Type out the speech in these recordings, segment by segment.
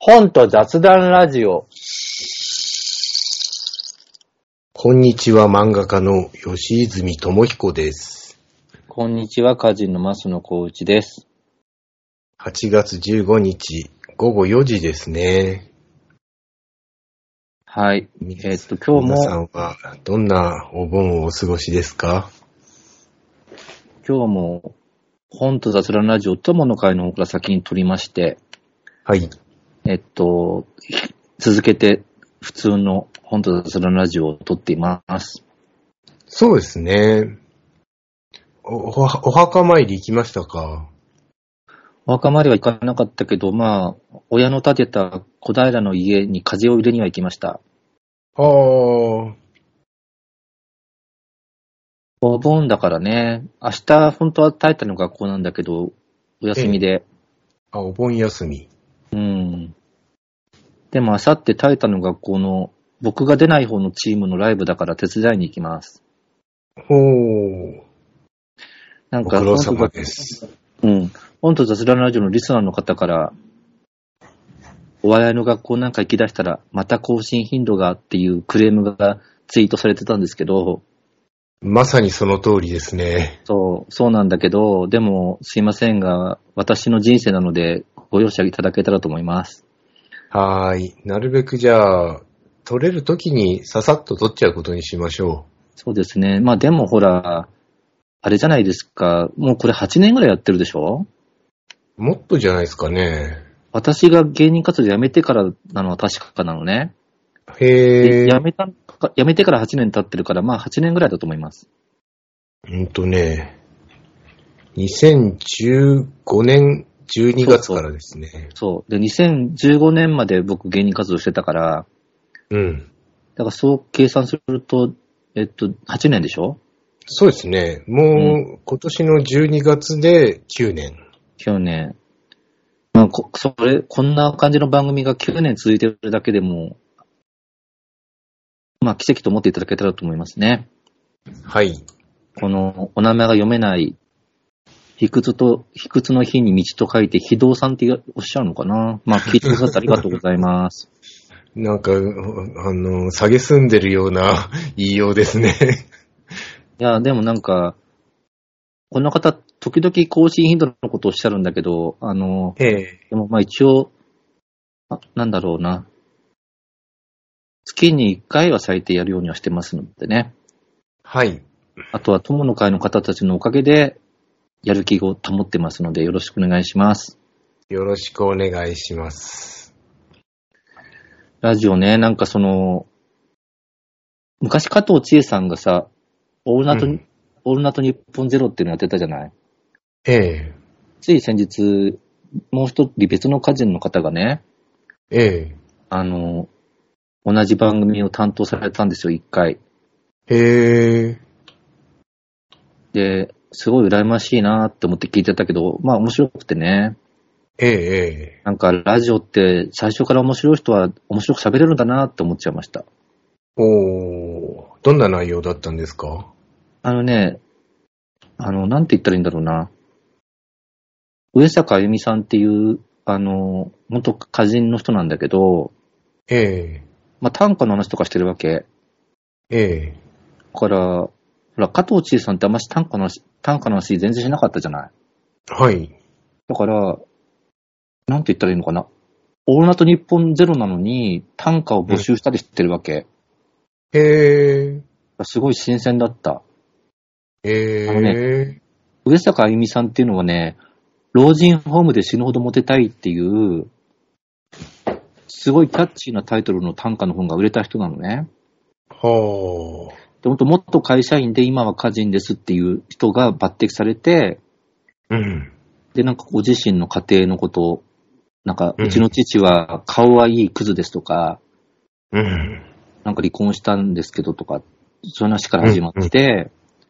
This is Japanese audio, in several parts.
本と雑談ラジオ。 こんにちは、漫画家の吉泉智彦です。 こんにちは、歌人の増野幸一です。 8月15日午後4時ですね。 はい。今日も皆さんはどんなお盆をお過ごしですか？ 今日も本と雑談ラジオ友の会の方から先に撮りまして、 はい。 続けて普通の本と雑談ラジオを撮っています。 そうですね。お墓参り行きましたか？ お墓参りは行かなかったけど、親の建てた小平の家に風を入れには行きました。お盆だからね、明日本当はタイタの学校なんだけど、お休みで。 お盆休み。 でも明後日タイタの学校の僕が出ない方のチームのライブだから手伝いに行きます。 ほー。ご苦労様です。 本と雑談ラジオのリスナーの方から、お笑いの学校なんか行き出したら、また更新頻度がっていうクレームがツイートされてたんですけど、 まさにその通りですね。 そうなんだけど、でもすいませんが、私の人生なのでご容赦いただけたらと思います。 はーい。なるべくじゃあ、撮れるときにささっと撮っちゃうことにしましょう。そうですね。でもほら、あれじゃないですか。もうこれ8年ぐらいやってるでしょ？ もっとじゃないですかね。 私が芸人活動やめてからなのは確かなのね。 へー。 やめてから8年経ってるから、8年ぐらいだと思います。 2015年12月からですね。 そう。で、2015年まで僕芸人活動してたから、だからそう計算すると、8年でしょ？ そうですね。もう、今年の12月で9年。 9年。こんな感じの番組が9年続いてるだけでも、奇跡と思っていただけたらと思いますね。 はい。 この、お名前が読めない、卑屈の日に道と書いて、非道さんっておっしゃるのかな？聞いてくださってありがとうございます。 なんか、蔑んでるような言いようですね。 いや、でもこの方、時々更新頻度のことをおっしゃるんだけど、でも一応、なんだろうな。月に1回は最低やるようにはしてますのでね。 はい。 あとは友の会の方たちのおかげで、やる気を保ってますので、よろしくお願いします。 よろしくお願いします。 ラジオね、昔加藤千恵さんがさ、オールナット日本ゼロっていうのやってたじゃない？つい先日、もう一人別の歌人の方がね、同じ番組を担当されたんですよ、一回。で、すごい羨ましいなって思って聞いてたけど、面白くてね。ラジオって最初から面白い人は面白く喋れるんだなって思っちゃいました。 どんな内容だったんですか？ なんて言ったらいいんだろうな。上坂あゆみさんっていう、元歌人の人なんだけど、短歌の話とかしてるわけ。だから、ほら、加藤千恵さんってあんまし短歌の話全然しなかったじゃない。 はい。だから、なんて言ったらいいのかな。オールナイト日本ゼロなのに短歌を募集したりしてるわけ。すごい新鮮だった。上坂あゆみさんっていうのはね、老人ホームで死ぬほどモテたいっていう、すごいキャッチーなタイトルの短歌の本が売れた人なのね。で、もっと会社員で今は歌人ですっていう人が抜擢されて、で、ご自身の家庭のことを、うちの父は顔はいいクズですとか、離婚したんですけどとか、そういう話から始まって、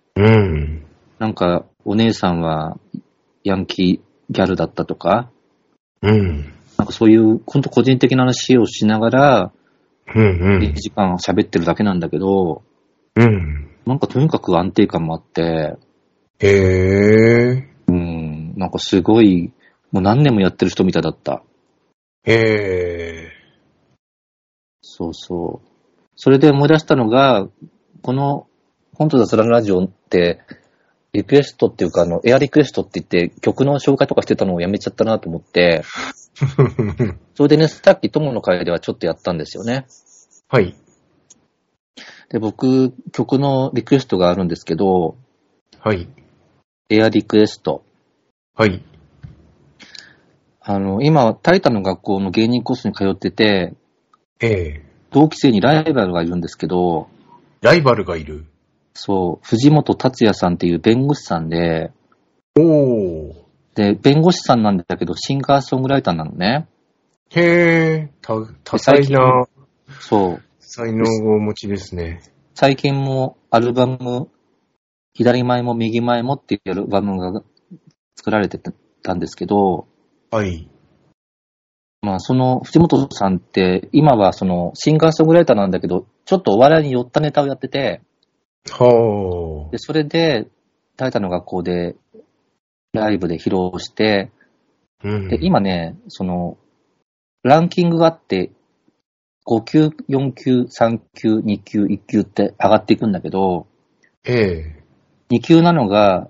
お姉さんはヤンキーギャルだったとか、そういう本当個人的な話をしながら、1時間喋ってるだけなんだけど、とにかく安定感もあって、すごい、もう何年もやってる人みたいだった。 そうそう。それで思い出したのが、この、本と雑談ラジオって、リクエストっていうか、エアリクエストって言って曲の紹介とかしてたのをやめちゃったなと思って、それでね、さっき友の会ではちょっとやったんですよね。 はい。 で、僕、曲のリクエストがあるんですけど、 はい。 エアリクエスト。 はい。 今、タイタの学校の芸人コースに通ってて、同期生にライバルがいるんですけど、 ライバルがいる？ そう、藤本達也さんっていう弁護士さんで、で、弁護士さんなんだけど、シンガーソングライターなのね。 へー、多彩な、 そう。 才能をお持ちですね。 最近もアルバム、左前も右前もっていうアルバムが作られてたんですけど、 はい。 まあ、その藤本さんって、今はそのシンガーソングライターなんだけど、ちょっとお笑いに寄ったネタをやってて、で、それで、タイタの学校でライブで披露して、で、今ね、ランキングがあって、5級、4級、3級、2級、1級って上がっていくんだけど、2級なのが、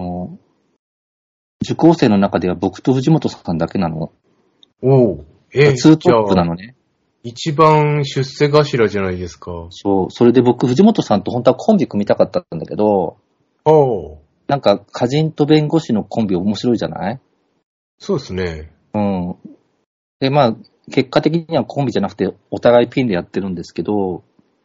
受講生の中では僕と藤本さんだけなの。ツートップなのね。 一番出世頭じゃないですか。 そう。それで僕、藤本さんと本当はコンビ組みたかったんだけど、なんか、歌人と弁護士のコンビ面白いじゃない？ そうですね。 うん。で、まあ、結果的にはコンビじゃなくて、お互いピンでやってるんですけど、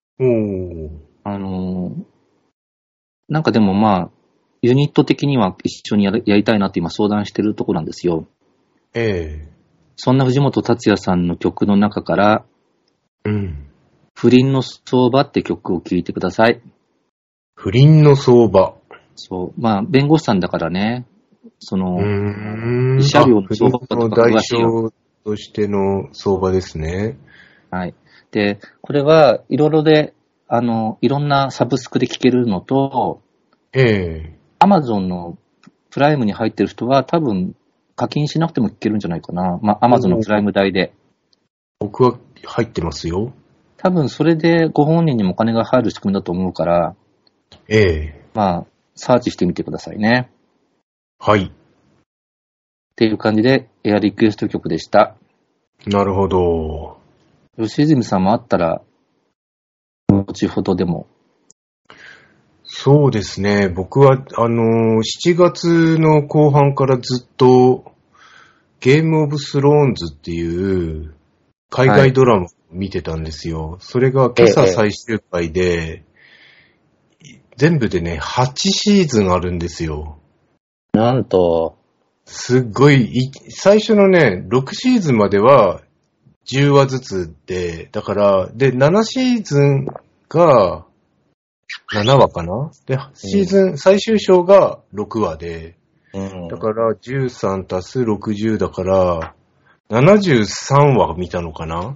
なんかでもまあ、ユニット的には一緒にやりたいなって今相談してるところなんですよ。そんな藤本達也さんの曲の中から、不倫の相場って曲を聴いてください。 不倫の相場。 そう。まあ、弁護士さんだからね、慰謝料の相場とか詳しいよ。 代償としての相場ですね。 はい。で、これはいろいろで、いろんなサブスクで聴けるのと、Amazon のプライムに入ってる人は多分課金しなくても聴けるんじゃないかな。まあ、Amazon のプライム代で。 僕は入ってますよ。 多分それでご本人にもお金が入る仕組みだと思うから、まあ、サーチしてみてくださいね。 はい。 っていう感じで、エアリクエスト曲でした。 なるほど。 吉住さんもあったら、後ほどでも。 そうですね。僕は、7月の後半からずっと、ゲームオブスローンズっていう海外ドラマを見てたんですよ。それが今朝最終回で、全部でね、8シーズンあるんですよ。 なんと。 すっごい、最初のね、6シーズンまでは10話ずつで、だから、で、7シーズンが7話かな？で、シーズン、最終章が6話で、だから13足す60だから、73話見たのかな？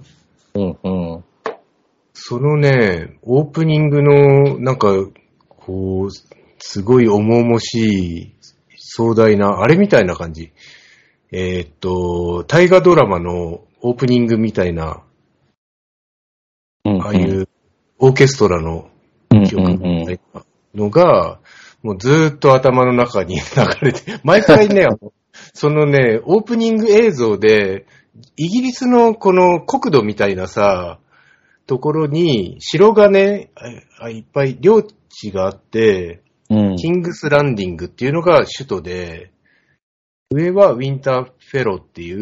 そのね、オープニングの、なんか、こう、すごい重々しい、壮大な、あれみたいな感じ。大河ドラマのオープニングみたいな、ああいうオーケストラの曲みたいなのが、もうずーっと頭の中に流れて、毎回ね、そのね、オープニング映像で、イギリスのこの国土みたいなさ、ところに城がね、いっぱい領地があって、キングスランディングっていうのが首都で、上はウィンターフェロっていう、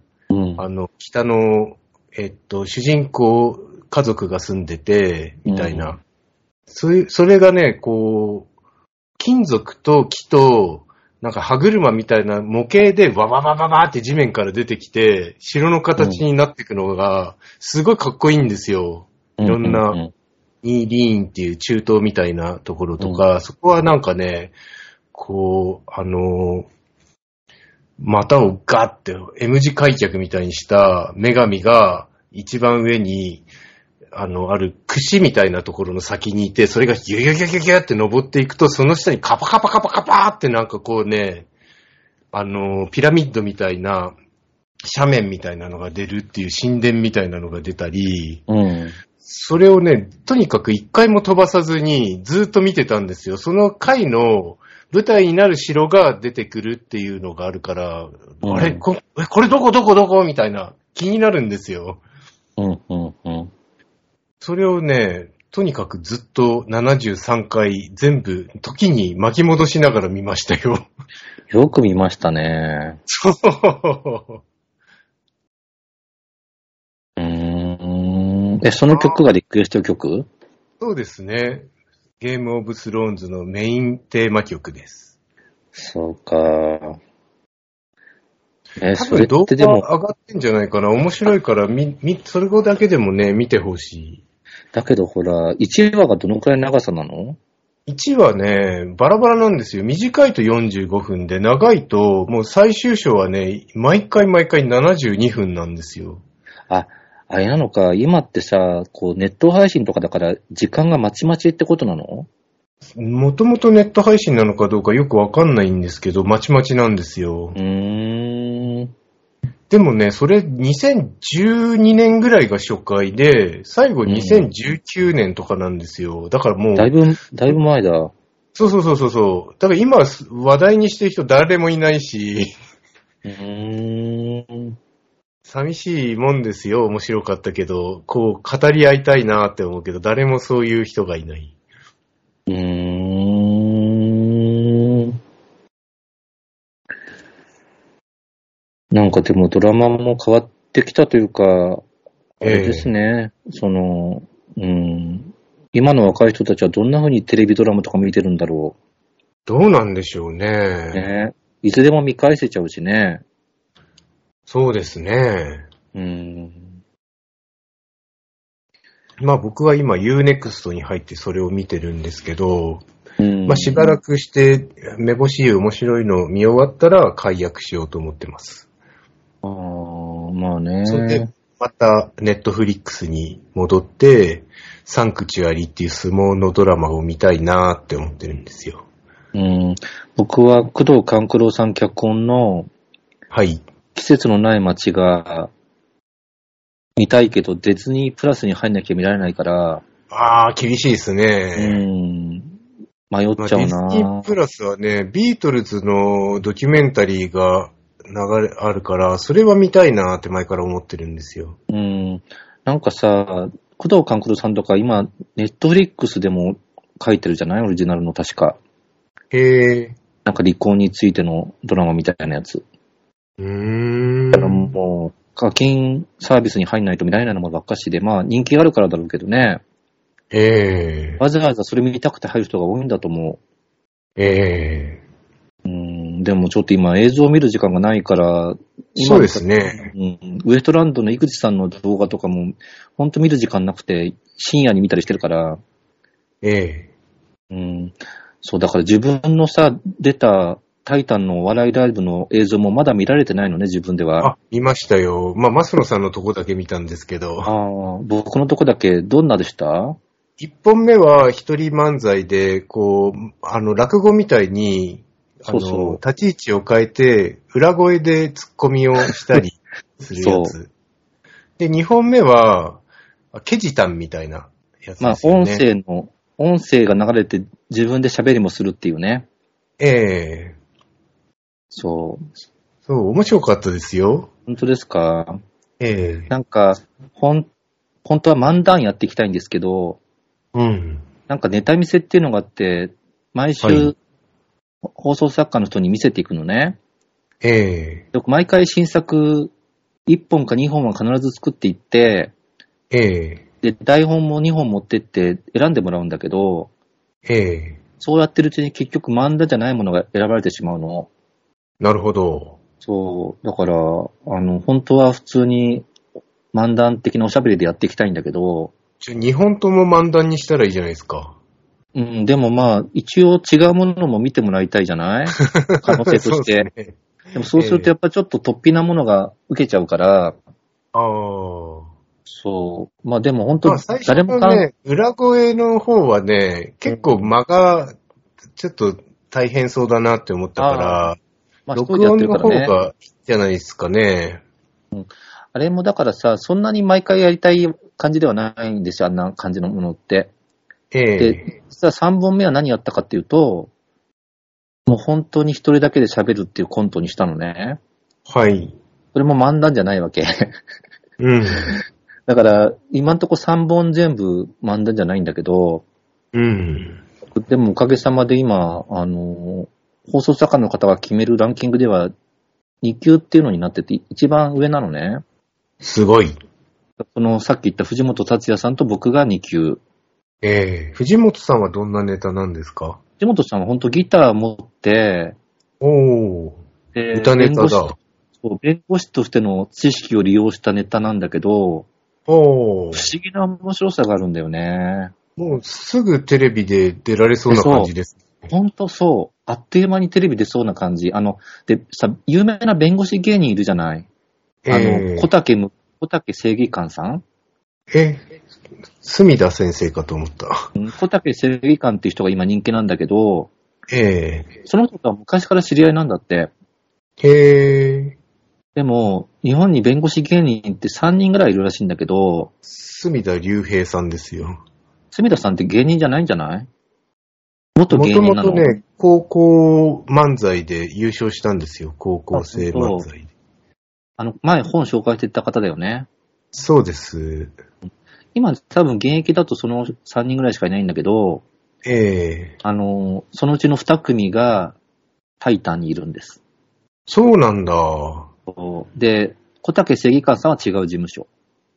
北の、主人公家族が住んでて、みたいな。それがね、こう、金属と木と、なんか歯車みたいな模型でわわわわわって地面から出てきて、城の形になっていくのが、すごいかっこいいんですよ。いろんな、ニーリーンっていう中東みたいなところとか、そこはなんかね、こう、股をガッて M 字開脚みたいにした女神が一番上に、ある串みたいなところの先にいて、それがギュギュギュギュギュって登っていくと、その下にカパカパカパカパーってなんかこうね、ピラミッドみたいな斜面みたいなのが出るっていう神殿みたいなのが出たり、 うん。 それをね、とにかく一回も飛ばさずにずっと見てたんですよ。その回の舞台になる城が出てくるっていうのがあるから、あれこれどこみたいな気になるんですよ。 うんうんうん。 それをね、とにかくずっと73回全部時に巻き戻しながら見ましたよ。 よく見ましたね。 そう。 その曲がリクエスト曲？ そうですね。ゲームオブスローンズのメインテーマ曲です。 そうか。 多分動画上がってんじゃないかな。面白いから、それだけでもね、見てほしい。 だけどほら、1話がどのくらい長さなの？ 1話ね、バラバラなんですよ。短いと45分で、長いと、もう最終章はね、毎回72分なんですよ。 あれなのか、今ってさ、こうネット配信とかだから時間がまちまちってことなの？ もともとネット配信なのかどうかよくわかんないんですけど、まちまちなんですよ。でもね、それ2012年ぐらいが初回で、最後2019年とかなんですよ。だからもう。 だいぶ前だ。 そう。だから今話題にしてる人誰もいないし。寂しいもんですよ。面白かったけど、こう語り合いたいなって思うけど、誰もそういう人がいない。 なんかでもドラマも変わってきたというか、あれですね、今の若い人たちはどんな風にテレビドラマとか見てるんだろう。 どうなんでしょうね。 いつでも見返せちゃうしね。 そうですね。まあ僕は今 Unext に入ってそれを見てるんですけど、まあしばらくしてめぼしい面白いのを見終わったら解約しようと思ってます。 まあね。 それでまたネットフリックスに戻ってサンクチュアリっていう相撲のドラマを見たいなって思ってるんですよ。 僕は工藤官九郎さん脚本の季節のない街が見たいけどディズニープラスに入んなきゃ見られないから。 厳しいですね。 迷っちゃうな。 ディズニープラスはね、ビートルズのドキュメンタリーがあるから、それは見たいなって前から思ってるんですよ。 なんかさ、工藤官九郎さんとか今、ネットフリックスでも書いてるじゃない？オリジナルの確か。なんか離婚についてのドラマみたいなやつ。だからもう、課金サービスに入んないと見られないのもばっかしで、まあ人気があるからだろうけどね。わざわざそれ見たくて入る人が多いんだと思う。でもちょっと今映像を見る時間がないから、 そうですね。 ウエストランドの井口さんの動画とかも、ほんと見る時間なくて、深夜に見たりしてるから。そう、だから自分のさ、出たタイタンのお笑いライブの映像もまだ見られてないのね、自分では。 見ましたよ。まあ、マスノさんのとこだけ見たんですけど。 僕のとこだけどんなでした？ 一本目は一人漫才で、こう、落語みたいに、立ち位置を変えて、裏声でツッコミをしたりするやつ。で、二本目は、ケジタンみたいなやつですよね。 音声が流れて自分で喋りもするっていうね。そう、 面白かったですよ。 本当ですか？なんか、本当は漫談やっていきたいんですけど、なんかネタ見せっていうのがあって、毎週、放送作家の人に見せていくのね。毎回新作1本か2本は必ず作っていって、で、台本も2本持ってって選んでもらうんだけど、そうやってるうちに結局漫談じゃないものが選ばれてしまうの。 なるほど。 そう、だから、本当は普通に漫談的なおしゃべりでやっていきたいんだけど、 2本とも漫談にしたらいいじゃないですか。 でもまあ、一応違うものも見てもらいたいじゃない？可能性として。でもそうするとやっぱちょっと突飛なものが受けちゃうから、そう。まあでも本当、誰も裏声の方はね、結構間がちょっと大変そうだなって思ったから、録音の方がいいんじゃないですかね。 あれもだからさ、そんなに毎回やりたい感じではないんですよ、あんな感じのものって。で、実は3本目は何やったかっていうと、もう本当に一人だけで喋るっていうコントにしたのね。 はい。 それも漫談じゃないわけ。 うん。 だから、今んとこ3本全部漫談じゃないんだけど、 うん。 でもおかげさまで今、放送作家の方が決めるランキングでは2級っていうのになってて一番上なのね。 すごい。 さっき言った藤本達也さんと僕が2級。 藤本さんはどんなネタなんですか？ 藤本さんは本当ギター持って、 歌ネタだ。 弁護士としての知識を利用したネタなんだけど、不思議な面白さがあるんだよね。 もうすぐテレビで出られそうな感じです。 本当そう。あっという間にテレビ出そうな感じ。で、さ、有名な弁護士芸人いるじゃない。小竹正義官さん？ 隅田先生かと思った。 小竹正義官っていう人が今人気なんだけど、その人とは昔から知り合いなんだって。でも、日本に弁護士芸人って3人ぐらいいるらしいんだけど、 隅田隆平さんですよ。 隅田さんって芸人じゃないんじゃない？元芸人なの？ もともとね、高校漫才で優勝したんですよ。高校生漫才で。 前本紹介してた方だよね。 そうです。 今多分現役だとその3人ぐらいしかいないんだけど、そのうちの2組がタイタンにいるんです。 そうなんだ。 で、小竹正義官さんは違う事務所。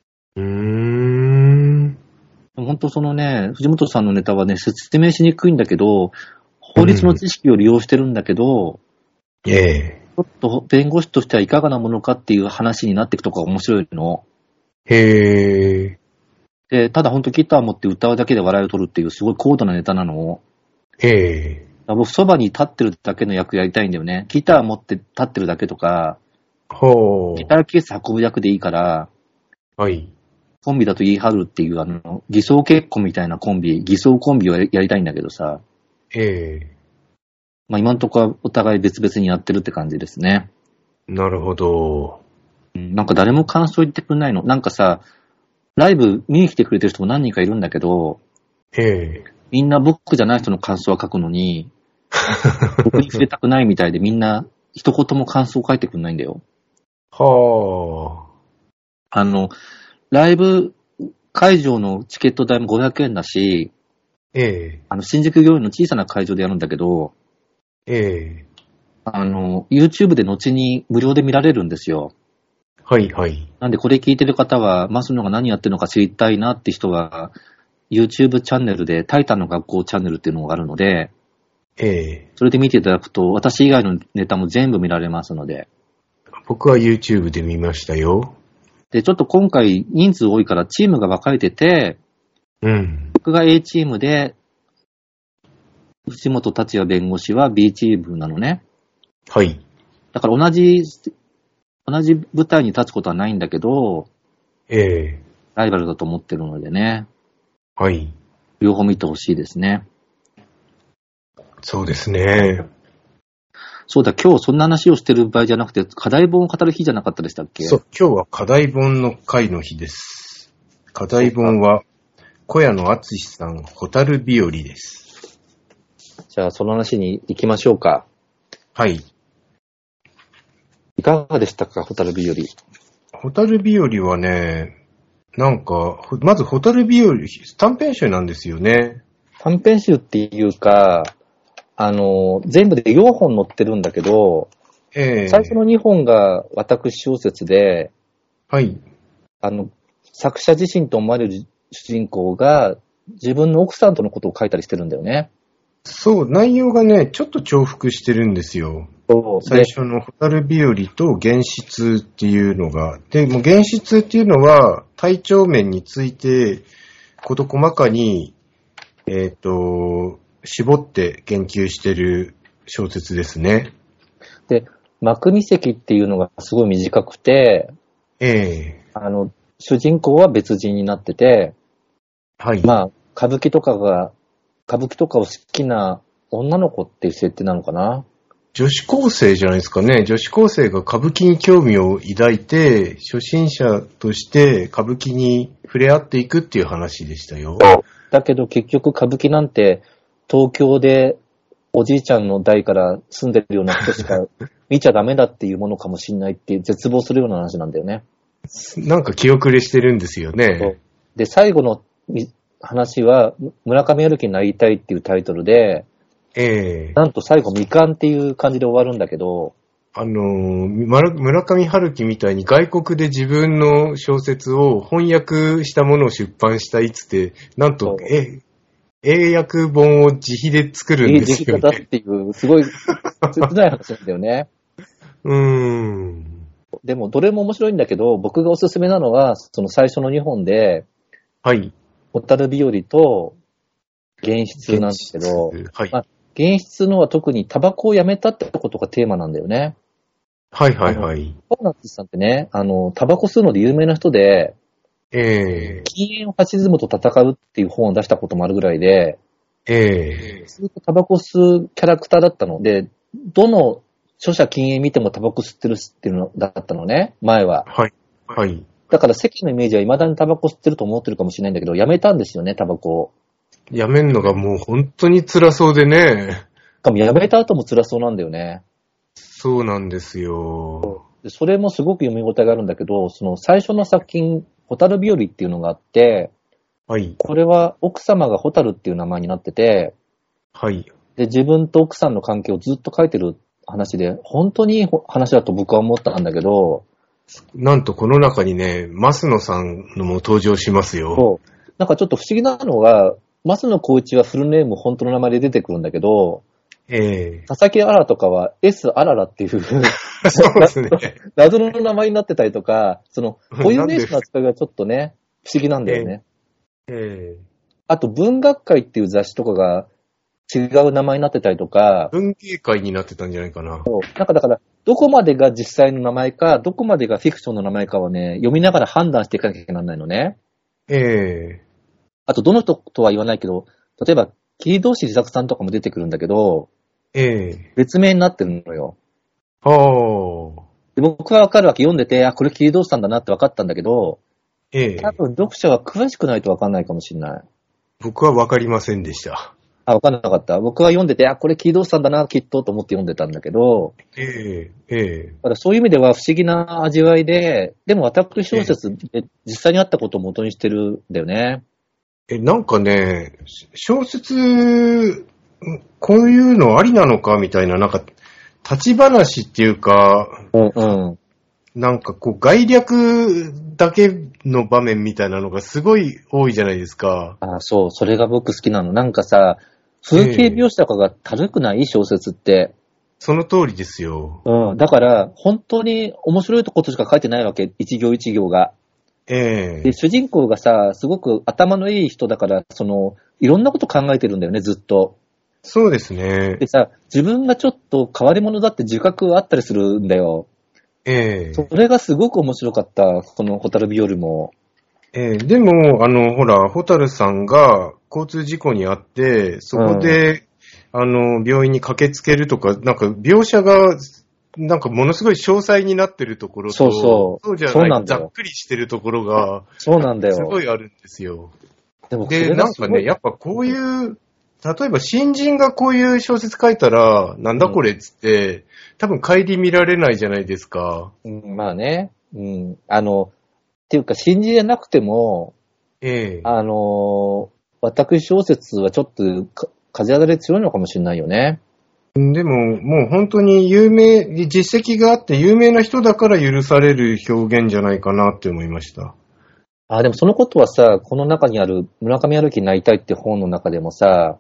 本当そのね、藤本さんのネタはね、説明しにくいんだけど、法律の知識を利用してるんだけど、ちょっと弁護士としてはいかがなものかっていう話になっていくとこが面白いの。で、ただ本当ギター持って歌うだけで笑いを取るっていうすごい高度なネタなの。僕そばに立ってるだけの役やりたいんだよね。ギター持って立ってるだけとか、ギターケース運ぶ役でいいから、コンビだと言い張るっていう偽装結婚みたいなコンビ、偽装コンビをやりたいんだけどさ。今んとこはお互い別々にやってるって感じですね。 なるほど。 なんか誰も感想言ってくんないの。なんかさ、ライブ見に来てくれてる人も何人かいるんだけど、みんな僕じゃない人の感想は書くのに、僕に触れたくないみたいでみんな一言も感想を書いてくんないんだよ。ライブ会場のチケット代も500円だし、新宿御苑の小さな会場でやるんだけど、YouTube で後に無料で見られるんですよ。なんでこれ聞いてる方は、マスノが何やってるのか知りたいなって人は、YouTube チャンネルでタイタンの学校チャンネルっていうのがあるので、それで見ていただくと、私以外のネタも全部見られますので。 僕は YouTube で見ましたよ。 で、ちょっと今回人数多いからチームが分かれてて、僕が A チームで、藤本達也弁護士は B チームなのね。だから同じ舞台に立つことはないんだけど、ライバルだと思ってるのでね。両方見てほしいですね。 そうですね。 そうだ、今日そんな話をしてる場合じゃなくて、課題本を語る日じゃなかったでしたっけ？ そう、今日は課題本の会の日です。課題本は、小谷野敦さん、蛍日和です。 じゃあ、その話に行きましょうか。いかがでしたか、蛍日和。 蛍日和はね、なんか、まず蛍日和、短編集なんですよね。 短編集っていうか、全部で4本載ってるんだけど、最初の2本が私小説で、作者自身と思われる主人公が自分の奥さんとのことを書いたりしてるんだよね。 そう、内容がね、ちょっと重複してるんですよ。最初の蛍日和と現実っていうのが。で、もう現実っていうのは、体調面について、事細かに、絞って言及してる小説ですね。 で、真国石っていうのがすごい短くて、主人公は別人になってて、歌舞伎とかを好きな女の子っていう設定なのかな。 女子高生じゃないですかね。女子高生が歌舞伎に興味を抱いて、初心者として歌舞伎に触れ合っていくっていう話でしたよ。 だけど結局歌舞伎なんて東京でおじいちゃんの代から住んでるような人しか見ちゃダメだっていうものかもしれないって絶望するような話なんだよね。 なんか気遅れしてるんですよね。 で、最後の話は村上春樹になりたいっていうタイトルで、なんと最後未完っていう感じで終わるんだけど、 村上春樹みたいに外国で自分の小説を翻訳したものを出版したいっつって、なんと、英訳本を自費で作るんですよね。 自費だっていう、すごい切ない話なんだよね。でも、どれも面白いんだけど、僕がおすすめなのは、その最初の2本で、 はい。 蛍日和と現実なんですけど、 はい。 現実のは特にタバコをやめたってことがテーマなんだよね。 はいはいはい。 ホーナッツさんってね、タバコ吸うので有名な人で、禁煙ファシズムと戦うっていう本を出したこともあるぐらいで、ずっとタバコ吸うキャラクターだったので、どの著者禁煙見てもタバコ吸ってるっていうのだったのね、前は。 はい。はい。 だから世間のイメージは未だにタバコ吸ってると思ってるかもしれないんだけど、やめたんですよね、タバコを。 やめんのがもう本当に辛そうでね。 しかもやめた後も辛そうなんだよね。 そうなんですよ。 それもすごく読み応えがあるんだけど、その最初の作品、蛍日和っていうのがあって、 はい。 これは奥様が蛍っていう名前になってて、 はい。 で、自分と奥さんの関係をずっと書いてる話で、本当にいい話だと僕は思ったんだけど、 なんとこの中にね、増野さんのも登場しますよ。 そう。なんかちょっと不思議なのが、増野光一はフルネーム本当の名前で出てくるんだけど、佐々木あらとかは S あららっていうそうですね。 謎の名前になってたりとか、その固有名詞の扱いがちょっとね、不思議なんだよね。あと文学界っていう雑誌とかが違う名前になってたりとか、 文芸界になってたんじゃないかな。 そう。なんかだから、どこまでが実際の名前か、どこまでがフィクションの名前かはね、読みながら判断していかなきゃいけないのね。あと、どの人とは言わないけど、例えば、桐堂市自作さんとかも出てくるんだけど、別名になってるのよ。で僕はわかるわけ、読んでて、これ桐堂さんだなってわかったんだけど、多分読者は詳しくないとわかんないかもしれない。 僕はわかりませんでした。 わかんなかった。僕は読んでて、これ桐堂さんだな、きっとと思って読んでたんだけど、だからそういう意味では不思議な味わいで、でも私小説で実際にあったことを元にしてるんだよね。 なんかね、小説、こういうのありなのかみたいな、なんか、立ち話っていうか、なんかこう、概略だけの場面みたいなのがすごい多いじゃないですか。 そう、それが僕好きなの。なんかさ、風景描写とかが軽くない小説って。 その通りですよ。 だから、本当に面白いことしか書いてないわけ、一行一行が。で、主人公がさ、すごく頭のいい人だから、いろんなこと考えてるんだよね、ずっと。 そうですね。 でさ、自分がちょっと変わり者だって自覚があったりするんだよ。それがすごく面白かった、この蛍日和も。 でも、ほら、蛍さんが交通事故に遭って、そこで、病院に駆けつけるとか、なんか描写が、なんかものすごい詳細になってるところと、そうじゃない、ざっくりしてるところが、 そうなんだよ。 すごいあるんですよ。 で、 なんかね、やっぱこういう、例えば新人がこういう小説書いたら、なんだこれっつって、多分帰り見られないじゃないですか。 まあね。っていうか、新人じゃなくても、私小説はちょっと風当たり強いのかもしれないよね。 でも、もう本当に実績があって有名な人だから許される表現じゃないかなって思いました。 でもそのことはさ、この中にある村上春樹になりたいって本の中でもさ、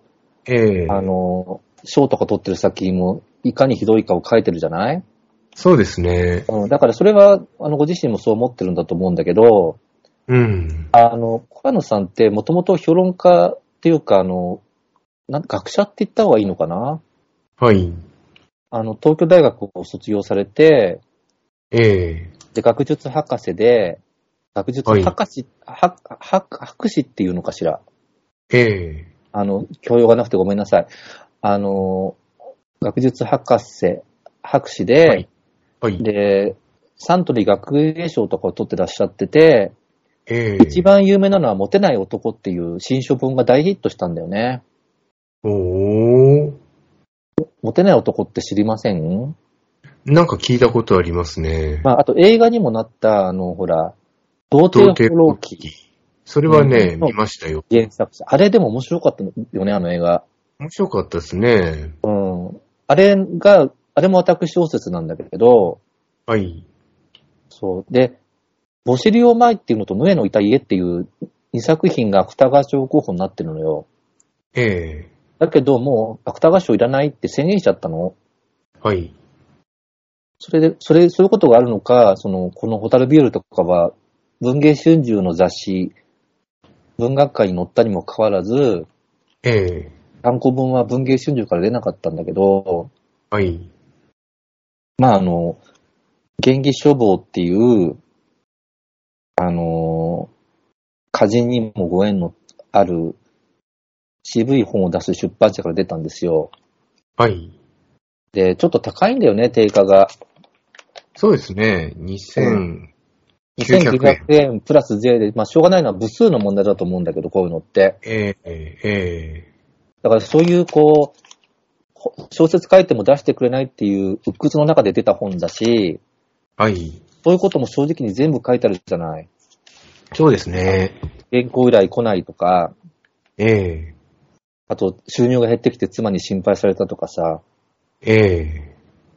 賞とか取ってる作品もいかにひどいかを書いてるじゃない？ そうですね。 だからそれは、ご自身もそう思ってるんだと思うんだけど、小野さんってもともと評論家っていうか、学者って言った方がいいのかな？ はい。 東京大学を卒業されて、で、学術博士で、学術博士、博士っていうのかしら。教養がなくてごめんなさい。 学術博士で、 はい。はい。 で、サントリー学芸賞とかを取ってらっしゃってて、一ええ。 番有名なのはモテない男っていう新書本が大ヒットしたんだよね。 おー。 モテない男って知りません？ なんか聞いたことありますね。 まあ、あと映画にもなった、ほら、童童貞放浪記それはね、 の見ましたよ。 原作者。あれでも面白かったよね、あの映画。 面白かったですね。 うん。あれも私小説なんだけど、 はい。 そう。で、ボシリオマイっていうのとムエのいた家っていう2作品が芥川賞候補になってるのよ。 ええ。 だけど、もう芥川賞いらないって宣言しちゃったの。 はい。 そういうことがあるのか、このホタルビュールとかは、文藝春秋の雑誌、文学界に載ったにもかかわらず、 ええ。 単行本は文藝春秋から出なかったんだけど、 はい。 まあ、元気書房っていう、歌人にもご縁のある渋い本を出す出版社から出たんですよ。 はい。 で、ちょっと高いんだよね、定価が。 そうですね。2900 2900 円。 円プラス税で、まあ、しょうがないのは部数の問題だと思うんだけど、こういうのって。 ええ、えだからそういう、小説書いても出してくれないっていう鬱屈の中で出た本だし、 はい。 そういうことも正直に全部書いてあるじゃない。 そうですね。 原稿依頼来ないとか、 ええ、 あと収入が減ってきて妻に心配されたとかさ、 ええ、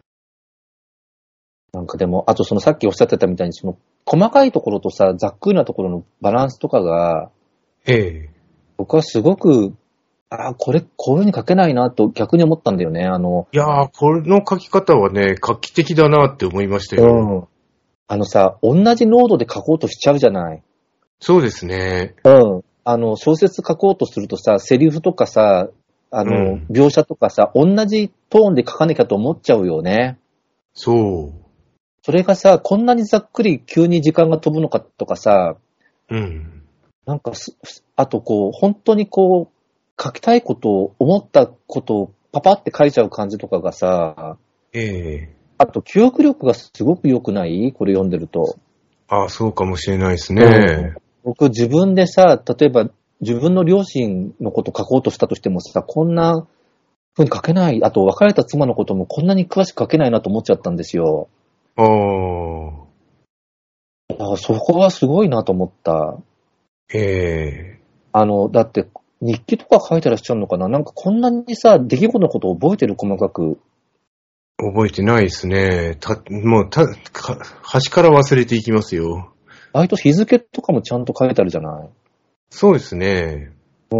なんかでも、あとさっきおっしゃってたみたいに細かいところとさ、ざっくりなところのバランスとかが、 ええ。 僕はすごく、こういう風に書けないなと逆に思ったんだよね。 いやー、この書き方はね、画期的だなって思いましたよ。 同じ濃度で書こうとしちゃうじゃない。 そうですね。 うん。小説書こうとするとさ、セリフとかさ、描写とかさ、同じトーンで書かなきゃと思っちゃうよね。 そう。 それがさ、こんなにざっくり急に時間が飛ぶのかとかさ、 うん。 なんかあと本当に書きたいことを、思ったことをパパって書いちゃう感じとかがさ、 ええ。 あと記憶力がすごく良くないこれ読んでると。 ああ、そうかもしれないですね。 僕自分でさ、例えば自分の両親のこと書こうとしたとしてもさ、こんな風に書けない、あと別れた妻のこともこんなに詳しく書けないなと思っちゃったんですよ。 ああ、 そこはすごいなと思った。 ええ。 だって日記とか書いてらっしゃるのかな、なんかこんなにさ、出来事のことを覚えてる細かく。 覚えてないですね。端から忘れていきますよ。 割と日付とかもちゃんと書いてあるじゃない。 そうですね。 うん。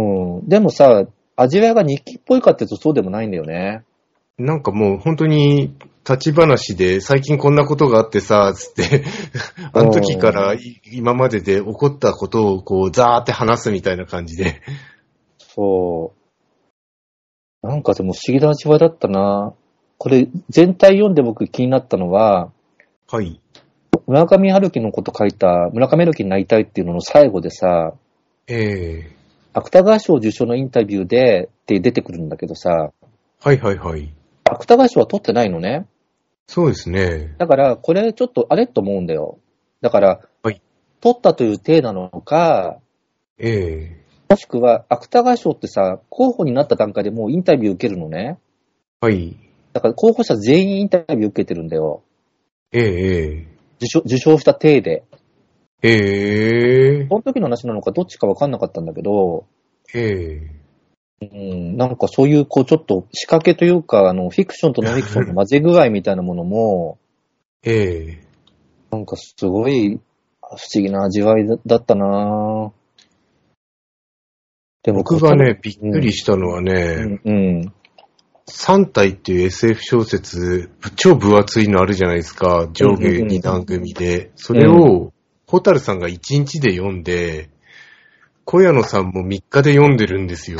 でもさ、味わいが日記っぽいかって言うとそうでもないんだよね。 なんかもう本当に立ち話で最近こんなことがあってさ、つってあの時から今までで起こったことをザーって話すみたいな感じで。 そう。なんかでも不思議な味わいだったな。これ全体読んで僕気になったのは、 はい。 村上春樹のこと書いた村上春樹になりたいっていうのの最後でさ、芥川賞受賞のインタビューでって出てくるんだけどさ、 はいはいはい。 芥川賞は取ってないのね。 そうですね。 だからこれちょっとあれと思うんだよ。だから、 はい。 取ったという体なのか、もしくは芥川賞ってさ、候補になった段階でもうインタビュー受けるのね。 はい。 だから候補者全員インタビュー受けてるんだよ。受賞した体で。その時の話なのかどっちか分かんなかったんだけど、なんかそういうちょっと仕掛けというか、フィクションとノンフィクションの混ぜ具合みたいなものも、なんかすごい不思議な味わいだったなぁ。 でも僕がね、びっくりしたのはね、3体っていう SF 小説、超分厚いのあるじゃないですか、上下2段組で。それを、ホタルさんが1日で読んで、小谷野さんも3日で読んでるんですよ。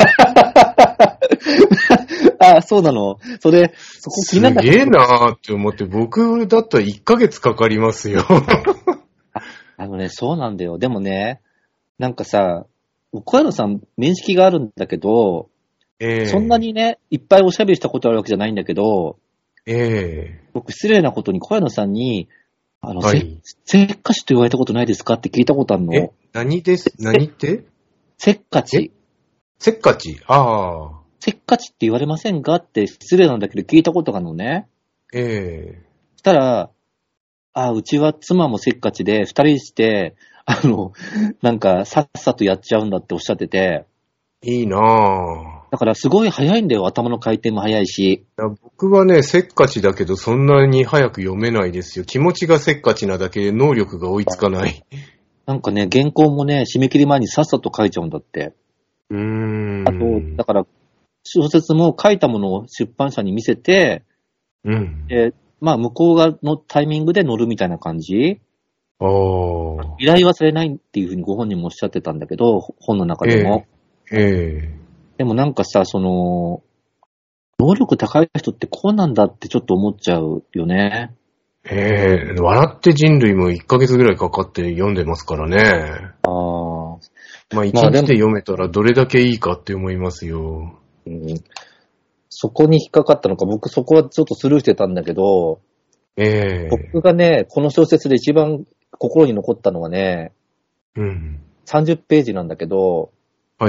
あ、そうなの。そこ気になった。 すげえなーって思って、僕だったら1ヶ月かかりますよ。 そうなんだよ。でもね、なんかさ、小谷野さん面識があるんだけど、 そんなにね、いっぱいおしゃべりしたことあるわけじゃないんだけど、僕失礼なことに小谷野さんに、はい、せっかちと言われたことないですかって聞いたことあるの。 何ってせっかち。 せっかちせっかちって言われませんかって失礼なんだけど聞いたことがあるのね。そしたら、うちは妻もせっかちで、二人して、なんか、さっさとやっちゃうんだっておっしゃってて。 いいなぁ。 だからすごい早いんだよ、頭の回転も早いし。 僕はね、せっかちだけど、そんなに早く読めないですよ。気持ちがせっかちなだけで能力が追いつかない。 なんかね、原稿もね、締め切り前にさっさと書いちゃうんだって。あと、だから、小説も書いたものを出版社に見せて、まあ、向こうのタイミングで乗るみたいな感じ。依頼はされないっていうふうにご本人もおっしゃってたんだけど、本の中でも。でもなんかさ、能力高い人ってこうなんだってちょっと思っちゃうよね。 笑って人類も1ヶ月ぐらいかかって読んでますからね。まあ1日で読めたらどれだけいいかって思いますよ。 そこに引っかかったのか、僕そこはちょっとスルーしてたんだけど、僕がね、この小説で一番心に残ったのはね、30ページなんだけど、 はい。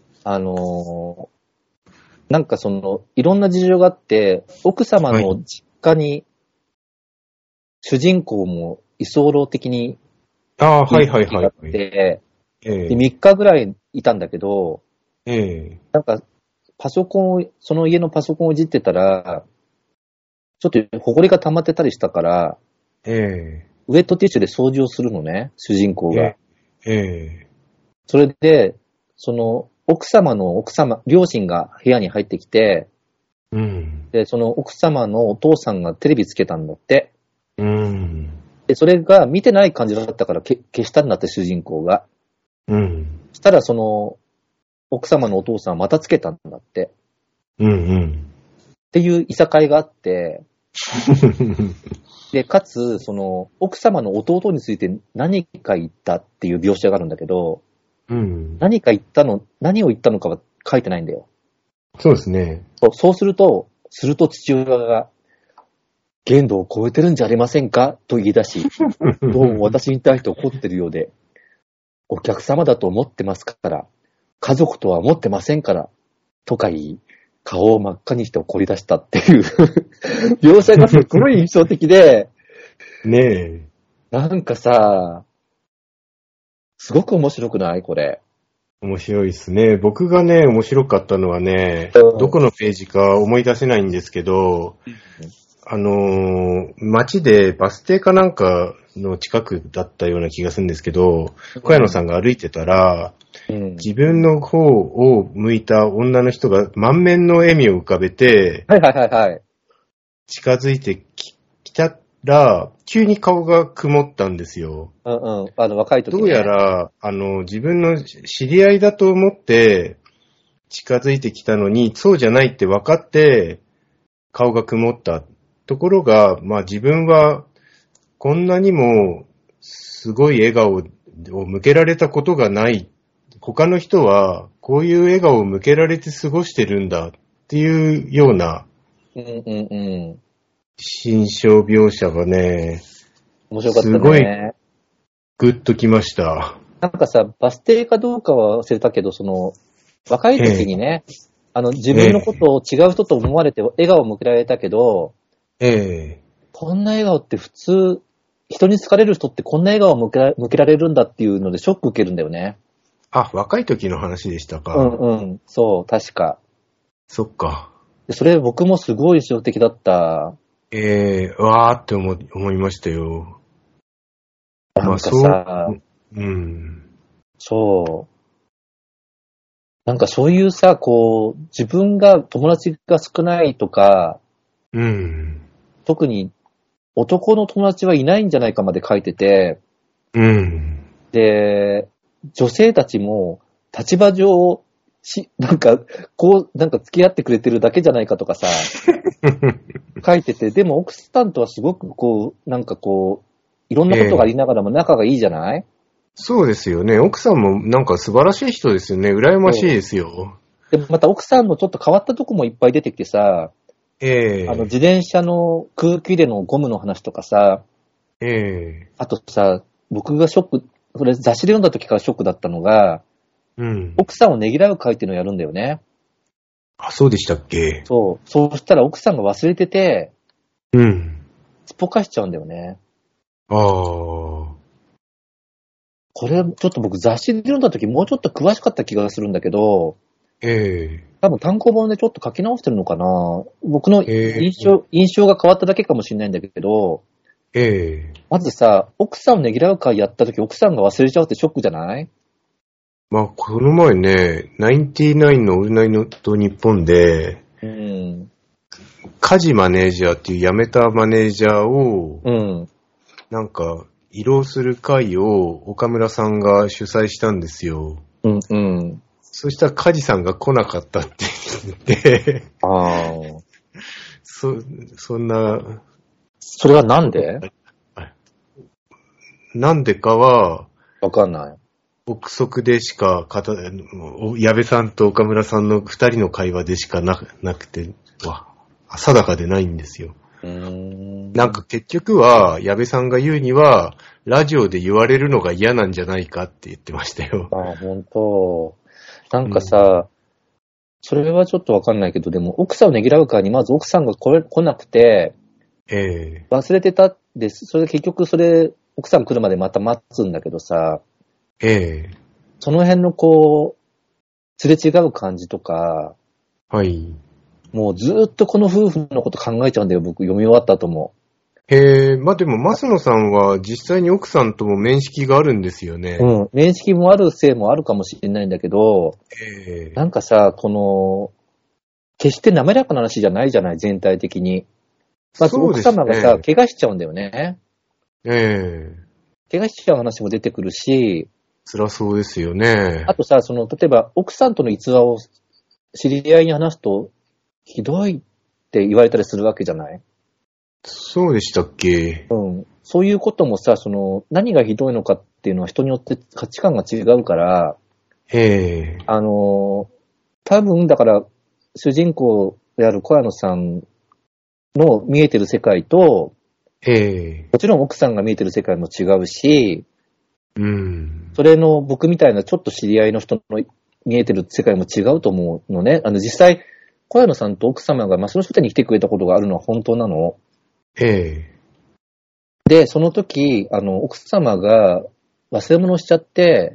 なんかいろんな事情があって、奥様の実家に、主人公も居候的に、 はい。 で、3日ぐらいいたんだけど、なんか、その家のパソコンをいじってたら、ちょっと埃が溜まってたりしたから、ウェットティッシュで掃除をするのね、主人公が。それで、両親が部屋に入ってきて、で、その奥様のお父さんがテレビつけたんだって。で、それが見てない感じだったから消したんだって、主人公が。そしたら、奥様のお父さんはまたつけたんだって。っていういさかいがあって、で、かつ、奥様の弟について何か言ったっていう描写があるんだけど、何を言ったのかは書いてないんだよ。 そうですね。 そうすると父親が、限度を超えてるんじゃありませんかと言い出し、どうも私に対して怒ってるようで、お客様だと思ってますから、家族とは思ってませんから、とか言い、顔を真っ赤にして怒り出したっていう描写がすごい印象的で、なんかさ、すごく面白くないこれ。 面白いですね。僕がね、面白かったのはね、どこのページか思い出せないんですけど、街でバス停かなんかの近くだったような気がするんですけど、小谷野さんが歩いてたら、自分の方を向いた女の人が満面の笑みを浮かべて、近づいてきたら、急に顔が曇ったんですよ。 若い時ね。 どうやら、自分の知り合いだと思って近づいてきたのに、そうじゃないって分かって、顔が曇ったところが、まあ自分はこんなにもすごい笑顔を向けられたことがない。他の人はこういう笑顔を向けられて過ごしてるんだっていうような、心象描写がね、 面白かったね。 すごいグッときました。 なんかさ、バス停かどうかは忘れたけど、若い時にね、自分のことを違う人と思われて笑顔を向けられたけど、こんな笑顔って普通、人に好かれる人ってこんな笑顔を向けられるんだっていうのでショック受けるんだよね。 若い時の話でしたか。 そう、確か。 そっか。 それ僕もすごい印象的だった。 わーって思いましたよ。 なんかさ、そう。なんかそういうさ、自分が友達が少ないとか、特に男の友達はいないんじゃないかまで書いてて、で、女性たちも立場上、なんか付き合ってくれてるだけじゃないかとかさ、書いてて、でも奥さんとはすごくいろんなことがありながらも仲がいいじゃない？ そうですよね。奥さんもなんか素晴らしい人ですよね。羨ましいですよ。 でもまた奥さんのちょっと変わったとこもいっぱい出てきてさ、自転車の空気入れのゴムの話とかさ、あとさ、僕がショック、それ雑誌で読んだ時からショックだったのが、奥さんをねぎらう会っていうのをやるんだよね。 あ、そうでしたっけ？ そう。そうしたら奥さんが忘れてて、すっぽかしちゃうんだよね。これ、ちょっと僕雑誌で読んだ時もうちょっと詳しかった気がするんだけど、多分単行本でちょっと書き直してるのかな。僕の印象が変わっただけかもしれないんだけど、まずさ、奥さんをねぎらう会やった時奥さんが忘れちゃうってショックじゃない？ まあ、この前ね、ナインティナインのオールナイトニッポンで、家事マネージャーっていう辞めたマネージャーを、なんか、慰労する会を岡村さんが主催したんですよ。そしたら梶さんが来なかったって言ってそんな。 それはなんで？ なんでかは、 わかんない。 憶測でしか矢部さんと岡村さんの二人の会話でしかなくて、定かでないんですよ。なんか結局は、矢部さんが言うには、ラジオで言われるのが嫌なんじゃないかって言ってましたよ。 本当。なんかさ、それはちょっとわかんないけど、でも奥さんをねぎらう会にまず奥さんが来なくて、忘れてたです。それで結局奥さん来るまでまた待つんだけどさ、その辺のすれ違う感じとか、もうずーっとこの夫婦のこと考えちゃうんだよ、僕読み終わった後も。 まあ、でも、増野さんは実際に奥さんとも面識があるんですよね。 面識もあるせいもあるかもしれないんだけど、なんかさ、決して滑らかな話じゃないじゃない、全体的に。まず奥様がさ、怪我しちゃうんだよね。怪我しちゃう話も出てくるし、 辛そうですよね。 あとさ、例えば奥さんとの逸話を知り合いに話すと、ひどいって言われたりするわけじゃない？ そうでしたっけ？ そういうこともさ、何がひどいのかっていうのは人によって価値観が違うから、多分だから、主人公である小谷野さんの見えてる世界と、もちろん奥さんが見えてる世界も違うし、それの僕みたいなちょっと知り合いの人の見えてる世界も違うと思うのね。実際、小谷野さんと奥様がその人に来てくれたことがあるのは本当なの。で、その時、奥様が忘れ物しちゃって、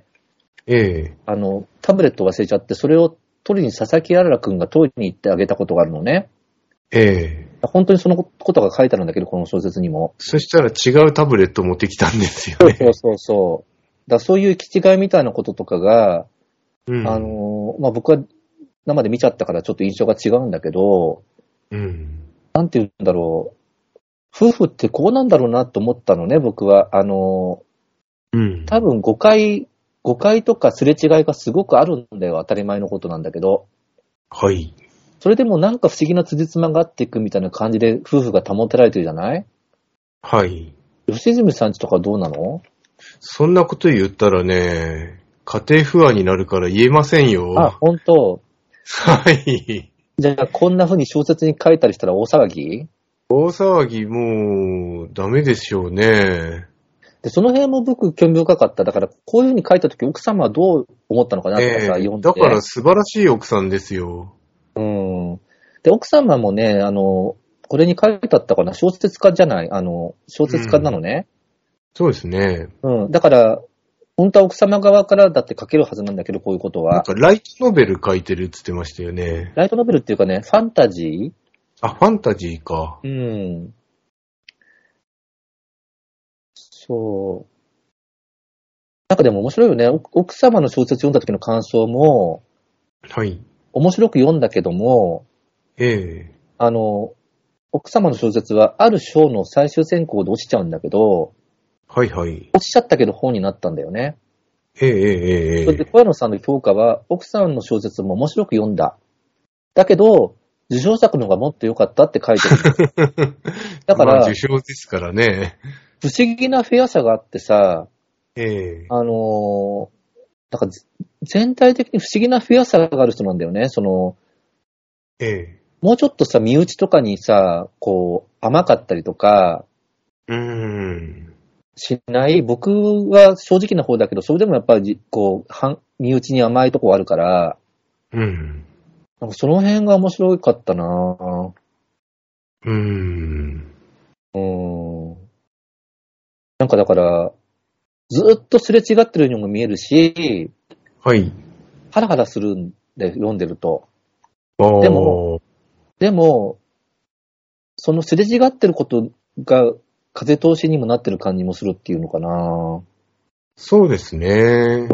タブレット忘れちゃって、それを取りに佐々木あららくんが取りに行ってあげたことがあるのね。本当にそのことが書いてあるんだけど、この小説にも。 そしたら違うタブレットを持ってきたんですよね。 そういう気違いみたいなこととかが、僕は生で見ちゃったからちょっと印象が違うんだけど、なんて言うんだろう。夫婦ってこうなんだろうなと思ったのね、僕は。多分誤解とかすれ違いがすごくあるんだよ、当たり前のことなんだけど。それでもなんか不思議な辻褄が合っていくみたいな感じで夫婦が保てられてるじゃない？吉住さんちとかどうなの？ そんなこと言ったらね、家庭不安になるから言えませんよ。 本当？じゃあこんな風に小説に書いたりしたら大騒ぎ？ 大騒ぎもうダメでしょうね。 で、その辺も僕興味深かった。だからこういう風に書いたとき奥様はどう思ったのかなとかさ、読んで。 だから素晴らしい奥さんですよ。 で、奥様もね、これに書いてあったかな、小説家じゃない、小説家なのね。 そうですね。 だから、本当は奥様側からだって書けるはずなんだけど、こういうことは。 なんかライトノベル書いてるって言ってましたよね。 ライトノベルっていうかね、ファンタジー？ ファンタジーか。 そう。なんかでも面白いよね。奥様の小説読んだ時の感想も、面白く読んだけども、奥様の小説はある賞の最終選考で落ちちゃうんだけど、落ちちゃったけど本になったんだよね。それで小谷野さんの評価は、奥さんの小説も面白く読んだ。だけど、受賞作の方がもっと良かったって書いてる。だから、 受賞ですからね。 不思議なフェアさがあってさ、なんか全体的に不思議なフェアさがある人なんだよね。もうちょっとさ、身内とかにさ、こう、甘かったりとか、しない。僕は正直な方だけど、それでもやっぱり、こう、身内に甘いとこあるから、なんかその辺が面白かったななんかだから、ずっとすれ違ってるようにも見えるし、 はい。 ハラハラするんで、読んでると。でも、そのすれ違ってることが風通しにもなってる感じもするっていうのかな。 そうですね。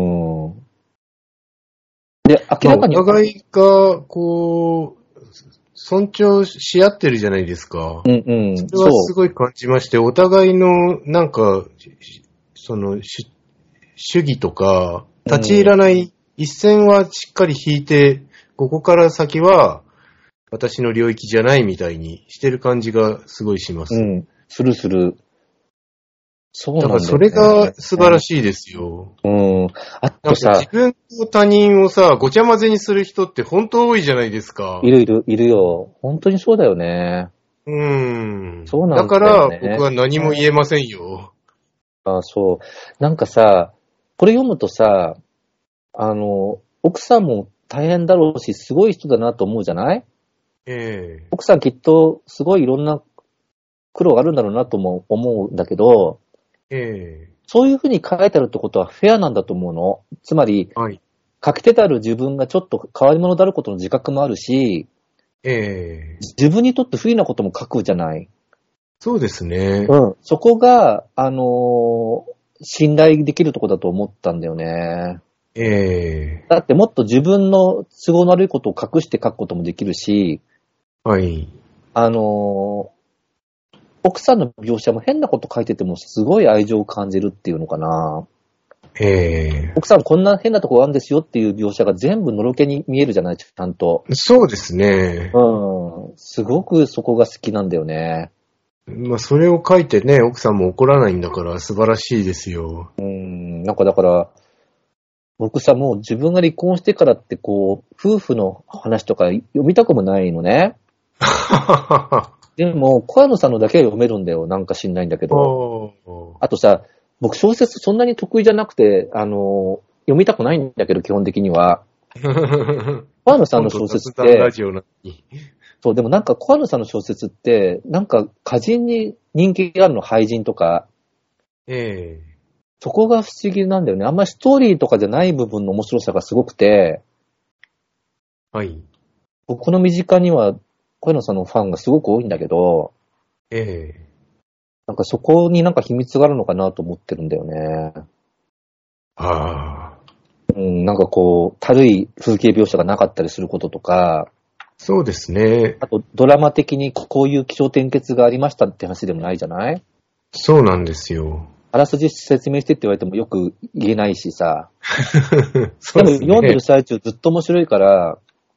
で、明らかに。 お互いが、こう、尊重し合ってるじゃないですか。それはすごい感じまして、お互いの、なんか、その、主義とか、立ち入らない一線はしっかり引いて、ここから先は、私の領域じゃないみたいにしてる感じがすごいします。 する。そうなんだよね。 だからそれが素晴らしいですよ。 あとさ、 自分と他人をさ、ごちゃ混ぜにする人って本当多いじゃないですか。 いるよ。本当にそうだよね。そうなんだよね。 だから僕は何も言えませんよ。 そう。なんかさ、これ読むとさ、奥さんも大変だろうし、すごい人だなと思うじゃない？奥さんきっとすごいいろんな苦労があるんだろうなとも思うんだけど、そういうふうに書いてあるってことはフェアなんだと思うの。つまり、書き手である自分がちょっと変わり者であることの自覚もあるし、自分にとって不利なことも書くじゃない。 そうですね。 そこが、信頼できるところだと思ったんだよね。だってもっと自分の都合の悪いことを隠して書くこともできるし、奥さんの描写も変なこと書いててもすごい愛情を感じるっていうのかな。奥さんこんな変なとこあるんですよっていう描写が全部のろけに見えるじゃない、ちゃんと。 そうですね。 すごくそこが好きなんだよね。 それを書いてね、奥さんも怒らないんだから素晴らしいですよ。 なんかだから、僕さ、もう自分が離婚してからってこう、夫婦の話とか読みたくもないのね。でも、小山さんのだけは読めるんだよ。なんか知んないんだけど。あとさ、僕小説そんなに得意じゃなくて、読みたくないんだけど、基本的には。小山さんの小説って、そう、でもなんか小山さんの小説って、なんか歌人に人気があるの、俳人とか。そこが不思議なんだよね。あんまりストーリーとかじゃない部分の面白さがすごくて。僕の身近には小山さんのファンがすごく多いんだけど、なんかそこになんか秘密があるのかなと思ってるんだよね。なんかこう、たるい風景描写がなかったりすることとか、 そうですね。 あとドラマ的にこういう起承転結がありましたって話でもないじゃない？ そうなんですよ。 あらすじ説明してって言われてもよく言えないしさ。 そうですね。 でも読んでる最中ずっと面白いから、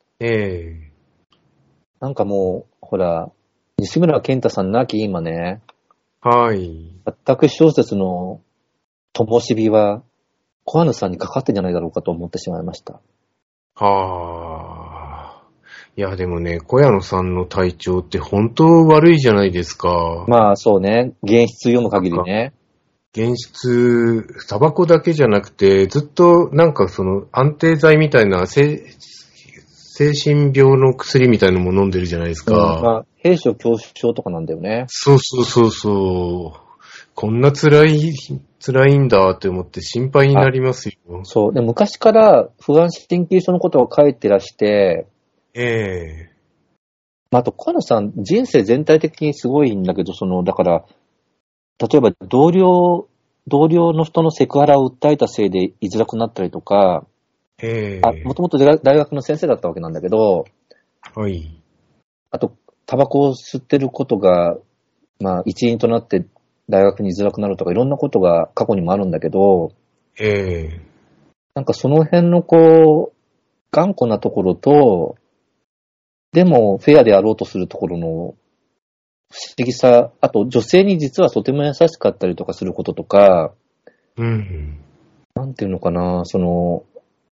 なんかもう、ほら、西村健太さんなき今ね、全小説の灯火は、小花さんにかかってんじゃないだろうかと思ってしまいました。 いや、でもね、小谷野さんの体調って本当悪いじゃないですか。 まあそうね、現実読む限りね。 現実、タバコだけじゃなくて、ずっとなんかその安定剤みたいな精神病の薬みたいなのも飲んでるじゃないですか。 閉所恐怖症とかなんだよね。 そう。こんな辛いんだって思って心配になりますよ。 そう。で、昔から不安神経症のことを書いてらして、あと、小野さん、人生全体的にすごいんだけど、だから、例えば同僚の人のセクハラを訴えたせいで居づらくなったりとか、もともと大学の先生だったわけなんだけど、あと、タバコを吸ってることが、一因となって大学に居づらくなるとか、いろんなことが過去にもあるんだけど、なんかその辺のこう、頑固なところと、でもフェアであろうとするところの不思議さ、あと女性に実はとても優しかったりとかすることとか、なんていうのかな、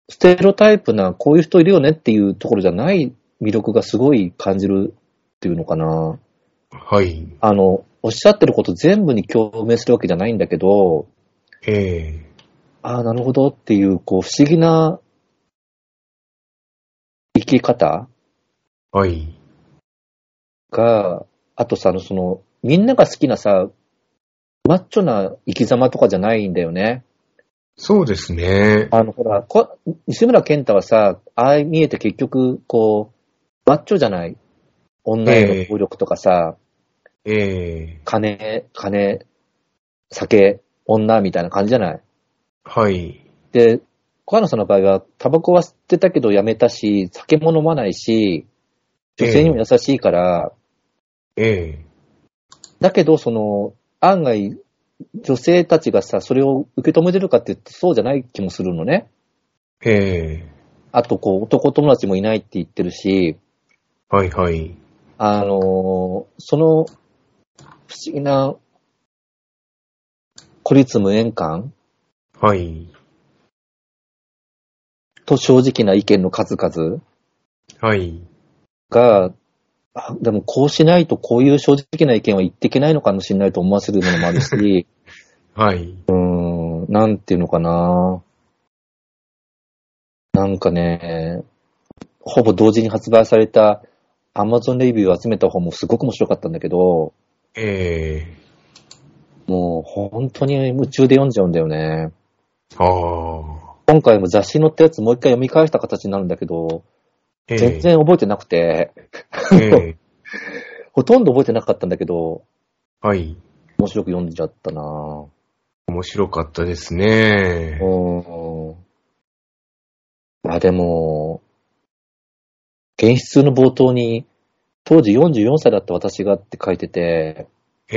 ステレオタイプな、こういう人いるよねっていうところじゃない魅力がすごい感じるっていうのかな。 はい。 おっしゃってること全部に共鳴するわけじゃないんだけど、なるほどっていう、こう、不思議な生き方はい。 が、あとさ、みんなが好きなさ、マッチョな生き様とかじゃないんだよね。 そうですね。 ほら、西村健太はさ、ああ見えて結局、こう、マッチョじゃない。女への暴力とかさ、金、酒、女みたいな感じじゃない。 はい。 で、小原さんの場合は、タバコは吸ってたけどやめたし、酒も飲まないし、女性にも優しいから、だけど、案外、女性たちがさ、それを受け止めてるかって言うとそうじゃない気もするのね。あと、こう、男友達もいないって言ってるし、 はいはい。 その、不思議な、孤立無縁感はい。 と正直な意見の数々 はい。 が、でもこうしないとこういう正直な意見は言っていけないのかもしれないと思わせるものもあるし、 はい。 なんていうのかな。なんかね、ほぼ同時に発売された Amazon レビューを集めた本もすごく面白かったんだけど、もう本当に夢中で読んじゃうんだよね。今回も雑誌に載ったやつもう一回読み返した形になるんだけど、全然覚えてなくて、ほとんど覚えてなかったんだけど、 はい。 面白く読んじゃったな。 面白かったですね。 でも、現実の冒頭に、当時44歳だった私がって書いてて、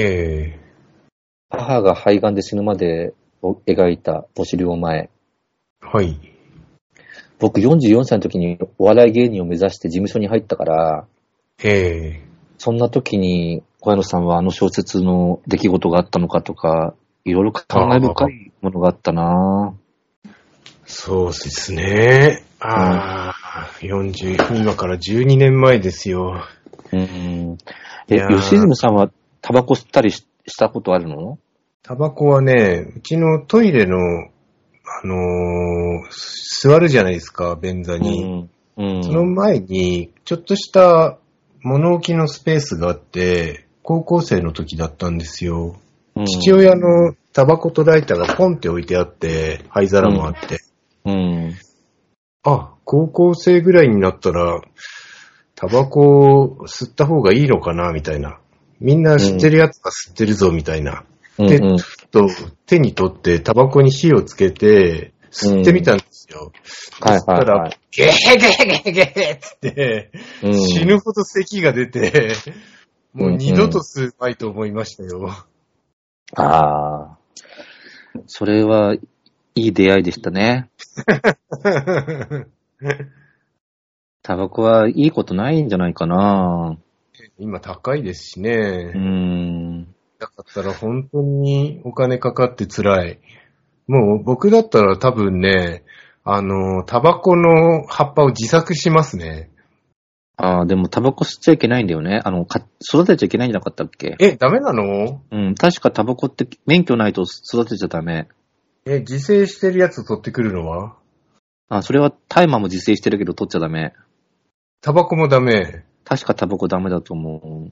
母が肺がんで死ぬまでを描いた母子寮前。 はい。 僕44歳の時にお笑い芸人を目指して事務所に入ったから、そんな時に小山さんはあの小説の出来事があったのかとか、いろいろ感慨深いものがあったな。 そうですね。今から12年前ですよ。 吉住さんはタバコ吸ったりしたことあるの？ タバコはね、うちのトイレの、座るじゃないですか、便座に。その前に、ちょっとした物置のスペースがあって、高校生の時だったんですよ。父親のタバコとライターがポンって置いてあって、灰皿もあって。高校生ぐらいになったら、タバコを吸った方がいいのかな、みたいな。みんな知ってるやつが吸ってるぞ、みたいな。で、手に取ってタバコに火をつけて、吸ってみたんですよ。そしたら、ゲーゲーゲーゲーって、死ぬほど咳が出て、もう二度と吸うまいと思いましたよ。 それはいい出会いでしたね。タバコはいいことないんじゃないかな。 今高いですしね。だったら本当にお金かかって辛い。もう僕だったら多分ね、タバコの葉っぱを自作しますね。 でもタバコ吸っちゃいけないんだよね。育てちゃいけないんじゃなかったっけ？ ダメなの？ 確かタバコって免許ないと育てちゃダメ。 自生してるやつ取ってくるのは？ それは大麻も自生してるけど取っちゃダメ。 タバコもダメ。 確かタバコダメだと思う。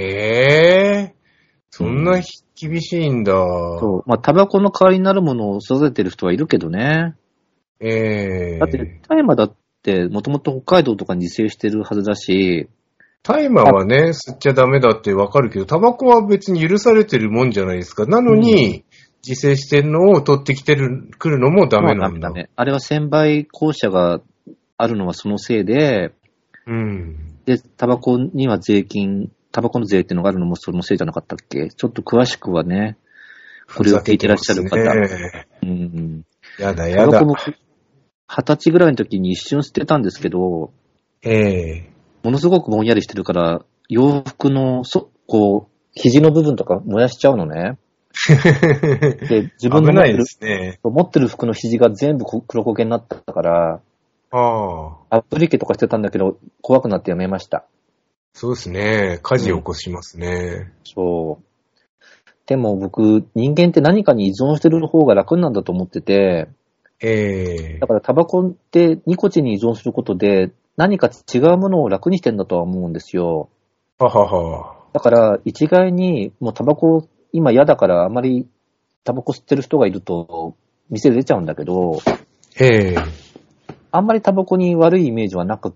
そんな厳しいんだ。 そう。タバコの代わりになるものを育ててる人はいるけどね。だって大麻だってもともと北海道とかに自生してるはずだし。 大麻はね、吸っちゃダメだってわかるけど、タバコは別に許されてるもんじゃないですか。なのに、自生してるのを取ってきてくるのもダメなんだ。 あれは専売公社があるのはそのせいで、で、タバコにはタバコの税っていうのがあるのもそのせいじゃなかったっけ？ちょっと詳しくはね、これを聞いてらっしゃる方。 やだやだ。 タバコ僕、20歳ぐらいの時に一瞬吸ってたんですけど、ものすごくぼんやりしてるから、洋服の、肘の部分とか燃やしちゃうのね。 で、自分の持ってる服の肘が全部黒焦げになったから、アプリケとかしてたんだけど、怖くなってやめました。 そうですね。火事起こしますね。 そう。でも僕、人間って何かに依存してる方が楽なんだと思ってて、だからタバコってニコチンに依存することで何か違うものを楽にしてんだとは思うんですよ。 ははは。 だから一概にもうタバコ今嫌だからあまりタバコ吸ってる人がいると店で出ちゃうんだけど、あんまりタバコに悪いイメージはなくって、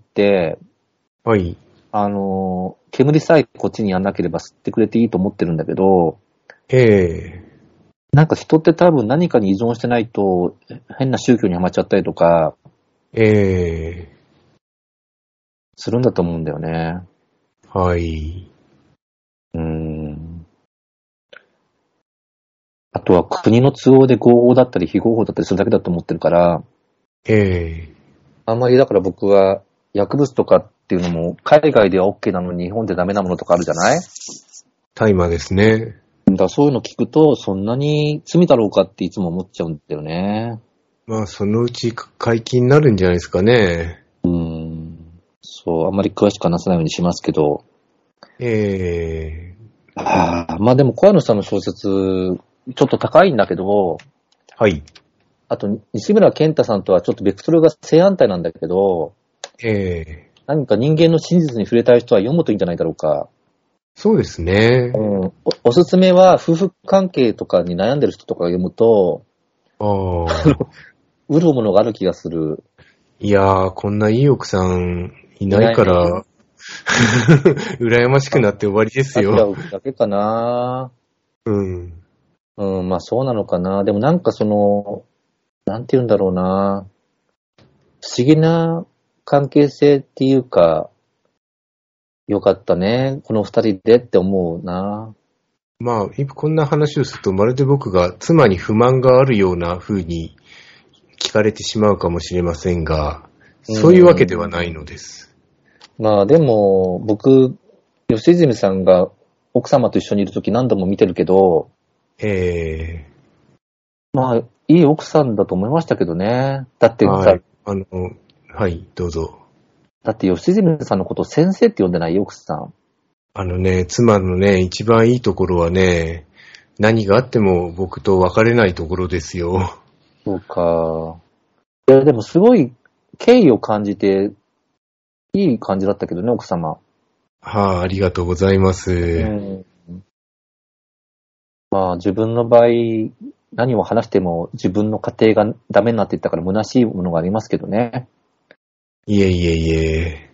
はい。 煙さえこっちにやんなければ吸ってくれていいと思ってるんだけど、なんか人って多分何かに依存してないと変な宗教にはまっちゃったりとか、するんだと思うんだよね。 はい。 あとは国の都合で合法だったり非合法だったりするだけだと思ってるから、あんまりだから僕は薬物とかっていうのも海外では OK なのに日本でダメなものとかあるじゃない？ 大麻ですね。 だそういうの聞くとそんなに罪だろうかっていつも思っちゃうんだよね。 まあそのうち解禁になるんじゃないですかね。 そう、あんまり詳しく話さないようにしますけど。まあでも小野さんの小説ちょっと高いんだけど、 はい。 あと西村健太さんとはちょっとベクトルが正反対なんだけど、何か人間の真実に触れたい人は読むといいんじゃないだろうか。 そうですね。 おすすめは夫婦関係とかに悩んでる人とかが読むと、潤うものがある気がする。 いやー、こんないい奥さんいないから、羨ましくなって終わりですよ。 だけかな。まあそうなのかな。でもなんかなんて言うんだろうな。不思議な関係性っていうか、よかったね。この二人でって思うな。 まあ、こんな話をすると、まるで僕が妻に不満があるような風に聞かれてしまうかもしれませんが、そういうわけではないのです。 まあでも、僕、吉住さんが奥様と一緒にいるとき何度も見てるけど、まあ、いい奥さんだと思いましたけどね。だってさ、 はい、どうぞ。 だって吉住さんのことを先生って呼んでない奥さん。 妻のね、一番いいところはね、何があっても僕と別れないところですよ。 そうか。いや、でもすごい敬意を感じて、いい感じだったけどね、奥様。 ありがとうございます。 まあ、自分の場合、何を話しても自分の家庭がダメになっていったから虚しいものがありますけどね。 いえ。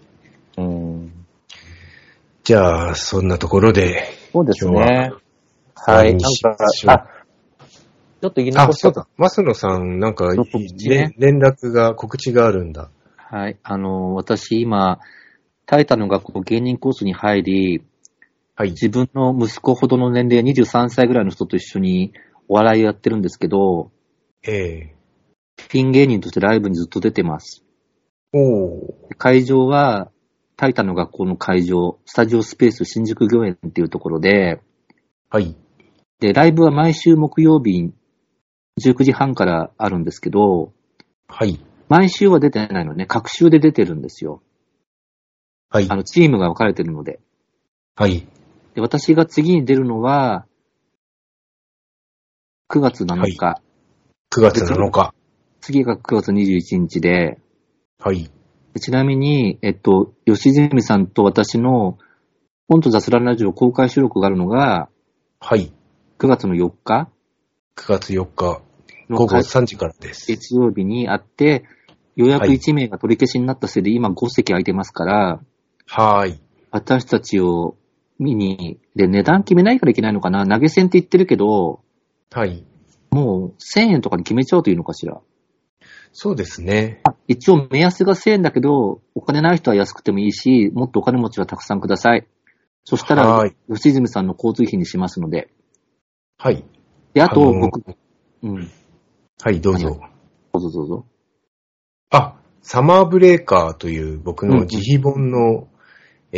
じゃあ、そんなところで。 そうですね。はい。ちょっと言い残した。 そうだ。増野さん、なんか、連絡が、告知があるんだ。 はい。私今、タイタンの学校芸人コースに入り、自分の息子ほどの年齢23歳ぐらいの人と一緒にお笑いをやってるんですけど、ピン芸人としてライブにずっと出てます。会場は、タイタンの学校の会場、スタジオスペース新宿御苑っていうところで、で、ライブは毎週木曜日19時半からあるんですけど、毎週は出てないのね、各週で出てるんですよ。チームが分かれてるので。で、私が次に出るのは、9月7日。 9月7日。 次が9月21日で、ちなみに、吉住さんと私の、本と雑談ラジオ公開収録があるのが、9月の4日。 9月4日。午後3時からです。 月曜日にあって、予約1名が取り消しになったせいで、今5席空いてますから、私たちを見に、で、値段決めないからいけないのかな、投げ銭って言ってるけど、もう1000円とかに決めちゃうといいのかしら。 そうですね。 一応目安が1000円だけど、お金ない人は安くてもいいし、もっとお金持ちはたくさんください。そしたら、吉住さんの交通費にしますので。で、あと、僕、 どうぞ。 どうぞ。 サマーブレーカーという僕の自費本の、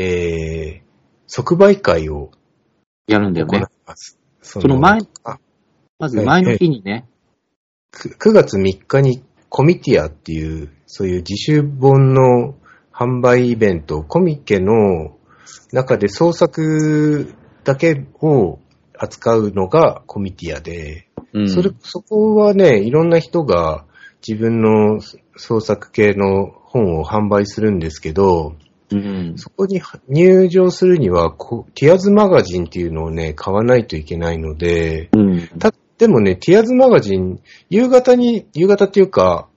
即売会をやるんだよね。 その前、 まず前の日にね。 9月3日にコミティアっていう、そういう自習本の販売イベント、コミケの中で創作だけを扱うのがコミティアで、そこはね、いろんな人が自分の創作系の本を販売するんですけど、そこに入場するにはティアーズマガジンっていうのをね、買わないといけないので、でもね、ティアーズマガジン、夕方っていうか、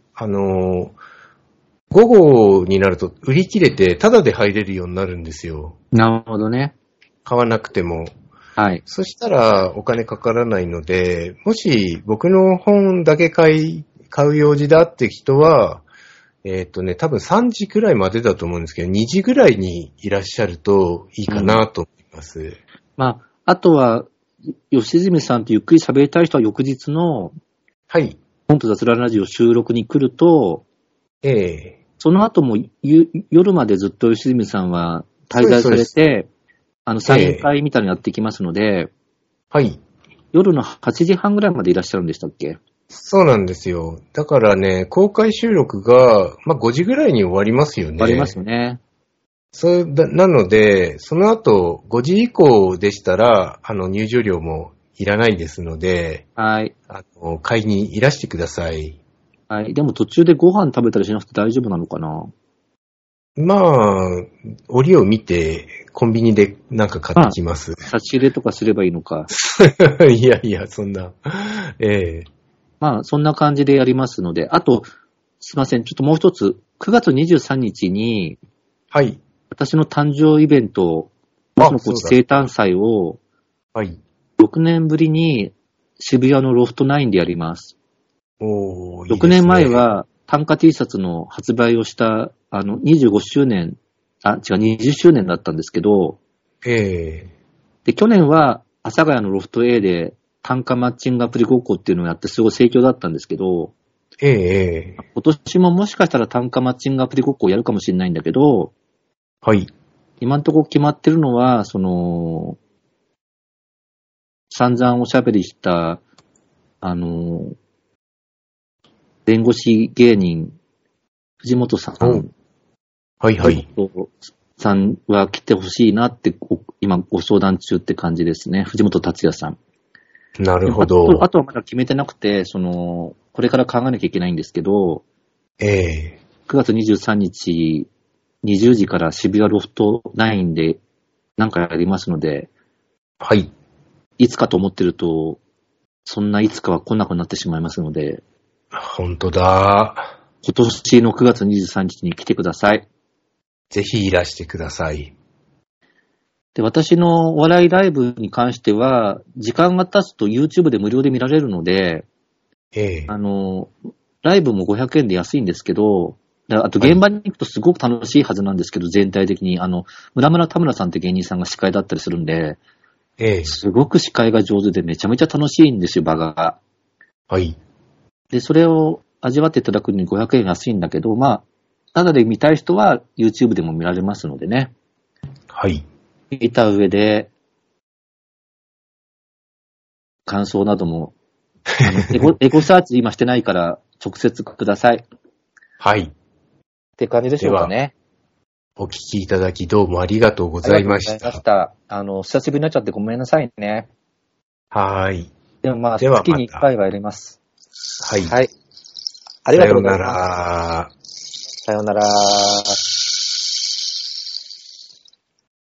午後になると売り切れて、タダで入れるようになるんですよ。 なるほどね。 買わなくても。 はい。 そしたらお金かからないので、もし僕の本だけ買う用事だって人は、多分3時くらいまでだと思うんですけど、2時ぐらいにいらっしゃるといいかなと思います。 まあ、あとは、吉住さんとゆっくり喋りたい人は翌日の、 はい。 本と雑談ラジオ収録に来ると、その後も夜までずっと吉住さんは滞在されて、サイン会みたいなのやっていきますので、 はい。 夜の8時半ぐらいまでいらっしゃるんでしたっけ？ そうなんですよ。だからね、公開収録が、5時ぐらいに終わりますよね。 終わりますよね。 なので、その後、5時以降でしたら、入場料もいらないですので、 はい。 買いにいらしてください。 はい。でも途中でご飯食べたりしなくて大丈夫なのかな？ 折を見て、コンビニでなんか買ってきます。 差し入れとかすればいいのか。 いや、そんな。 そんな感じでやりますので、あと、すいません、ちょっともう一つ、9月23日に、 はい。 私の誕生イベント、私の生誕祭を、 はい。 6年ぶりに渋谷のロフト9でやります。 いいですね。 6年前は単価 T シャツの発売をした、25周年、20周年だったんですけど、 で、 去年は阿佐ヶ谷のロフト A で単価マッチングアプリごっこっていうのをやってすごい盛況だったんですけど、今年ももしかしたら単価マッチングアプリごっこをやるかもしれないんだけど、 はい。 今のところ決まってるのは、散々おしゃべりした、弁護士芸人、藤本さん。 はいはい。 さんは来てほしいなって、今ご相談中って感じですね。藤本達也さん。 なるほど。 あとはまだ決めてなくて、これから考えなきゃいけないんですけど、9月23日、20時から渋谷ロフト9でなんかやりますので、 はい。 いつかと思ってると、そんないつかは来なくなってしまいますので、 本当だ。 今年の9月23日に来てください。 ぜひいらしてください。 で、私のお笑いライブに関しては、時間が経つと YouTube で無料で見られるので、ライブも500円で安いんですけど、あと現場に行くとすごく楽しいはずなんですけど、全体的に、村村田村さんって芸人さんが司会だったりするんで、すごく司会が上手でめちゃめちゃ楽しいんですよ、場が。 はい。 で、それを味わっていただくのに500円安いんだけど、ただで見たい人は YouTube でも見られますのでね。 はい。 見た上で、感想なども、エゴサーチ今してないから直接ください。 はい。 って感じでしょうかね。 お聞きいただきどうもありがとうございました。 ありがとうございました。久しぶりになっちゃってごめんなさいね。 はい。 でも月に1回はやります。 はい。 はい。ありがとうございます。 さようなら。 さようなら。